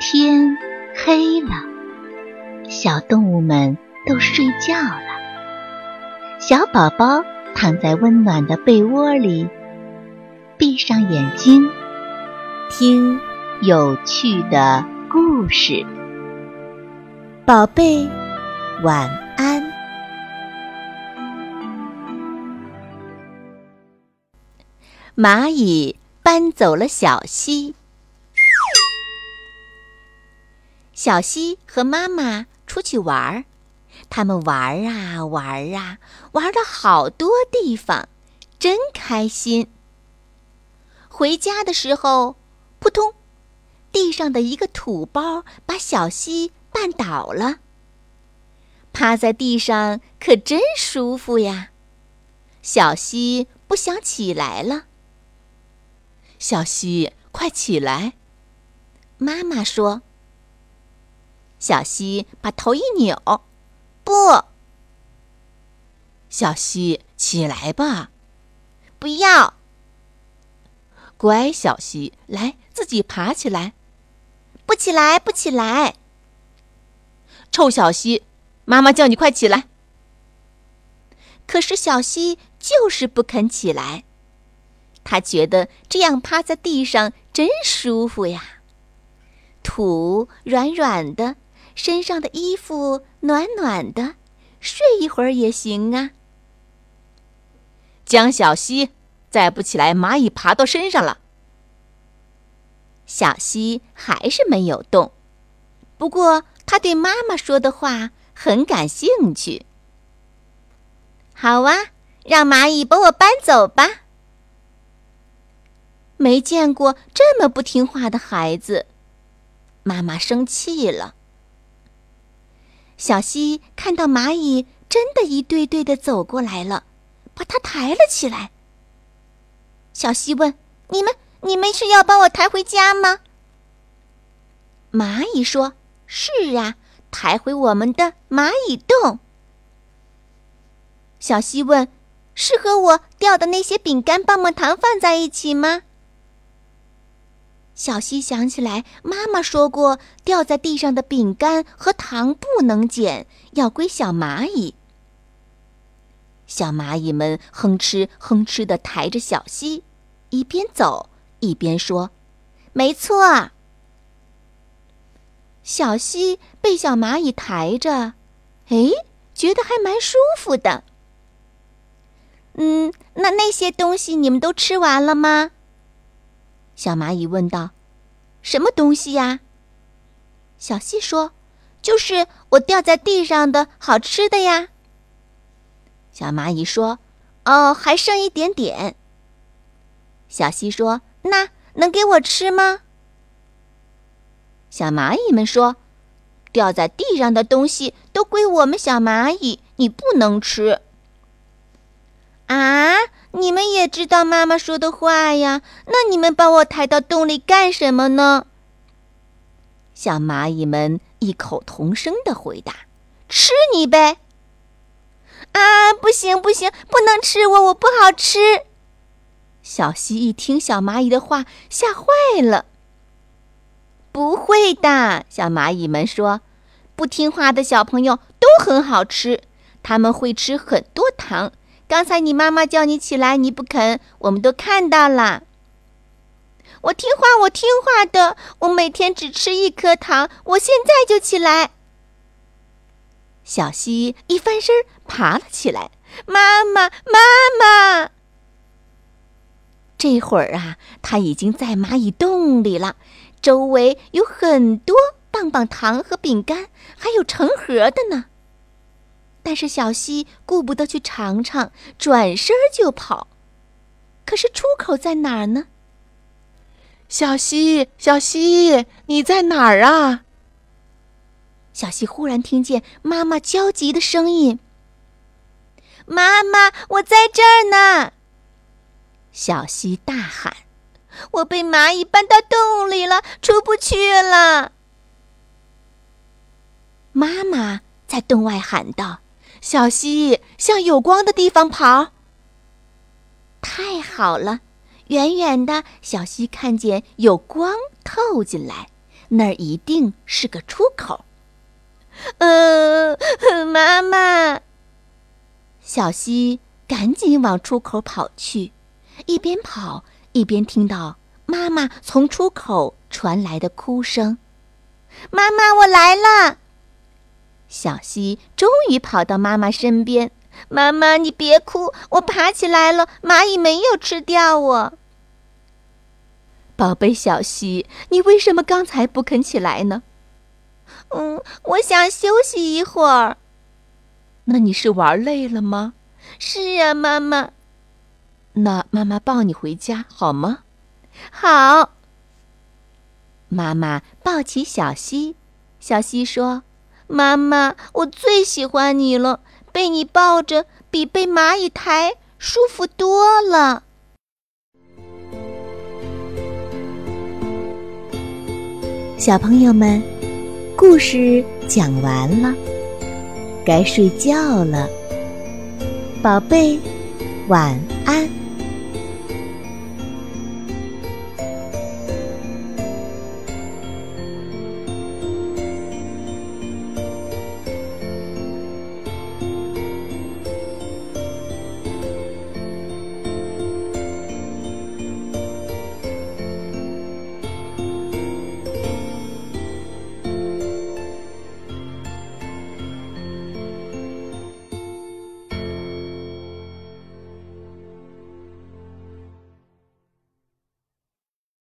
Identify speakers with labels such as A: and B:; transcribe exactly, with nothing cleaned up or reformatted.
A: 天黑了，小动物们都睡觉了。小宝宝躺在温暖的被窝里，闭上眼睛，听有趣的故事。宝贝，晚安。蚂蚁搬走了小溪。小溪和妈妈出去玩儿，他们玩啊玩啊，玩了好多地方，真开心。回家的时候，扑通，地上的一个土包把小溪绊倒了。趴在地上可真舒服呀，小溪不想起来了。
B: 小溪，快起来！
A: 妈妈说。小溪把头一扭，不。
B: 小溪，起来吧！
A: 不要。
B: 乖小溪，来，自己爬起来。
A: 不起来，不起来。
B: 臭小溪，妈妈叫你快起来。
A: 可是小溪就是不肯起来，他觉得这样趴在地上真舒服呀，土软软的，身上的衣服暖暖的，睡一会儿也行啊。
B: 江小溪，再不起来，蚂蚁爬到身上了。
A: 小溪还是没有动，不过他对妈妈说的话很感兴趣。好啊，让蚂蚁把我搬走吧。没见过这么不听话的孩子，妈妈生气了。小溪看到蚂蚁真的一对对地走过来了，把它抬了起来。小溪问：你们你们是要把我抬回家吗？蚂蚁说：是啊，抬回我们的蚂蚁洞。小溪问：是和我掉的那些饼干棒棒糖放在一起吗？小溪想起来妈妈说过，掉在地上的饼干和糖不能捡，要归小蚂蚁。小蚂蚁们哼哧哼哧地抬着小溪，一边走一边说：没错。小溪被小蚂蚁抬着，哎，觉得还蛮舒服的。嗯，那那些东西你们都吃完了吗？小蚂蚁问道。什么东西呀？小溪说，就是我掉在地上的好吃的呀。小蚂蚁说，哦，还剩一点点。小溪说，那能给我吃吗？小蚂蚁们说，掉在地上的东西都归我们小蚂蚁，你不能吃。啊，你们也知道妈妈说的话呀，那你们把我抬到洞里干什么呢？小蚂蚁们异口同声地回答：吃你呗！啊，不行不行，不能吃我，我不好吃。小溪一听小蚂蚁的话，吓坏了。不会的，小蚂蚁们说，不听话的小朋友都很好吃，他们会吃很多糖。刚才你妈妈叫你起来，你不肯，我们都看到了。我听话，我听话的，我每天只吃一颗糖，我现在就起来。小溪一翻身爬了起来，妈妈，妈妈！这会儿啊，他已经在蚂蚁洞里了，周围有很多棒棒糖和饼干，还有成盒的呢。但是小溪顾不得去尝尝，转身就跑。可是出口在哪儿呢？
B: 小溪，小溪，你在哪儿啊？
A: 小溪忽然听见妈妈焦急的声音：妈妈，我在这儿呢！小溪大喊：我被蚂蚁搬到洞里了，出不去了！妈妈在洞外喊道：
B: 小溪，向有光的地方跑！
A: 太好了，远远的小溪看见有光透进来， 那儿一定是个出口。呃，妈妈，小溪赶紧往出口跑去，一边跑一边听到妈妈从出口传来的哭声。妈妈，我来了！小溪终于跑到妈妈身边。妈妈，你别哭，我爬起来了，蚂蚁没有吃掉我。宝贝小溪，你为什么刚才不肯起来呢？嗯，我想休息一会儿。那你是玩累了吗？是啊，妈妈。那妈妈抱你回家好吗？好。妈妈抱起小溪，小溪说：妈妈，我最喜欢你了，被你抱着比被蚂蚁抬舒服多了。小朋友们，故事讲完了，该睡觉了，宝贝，晚安。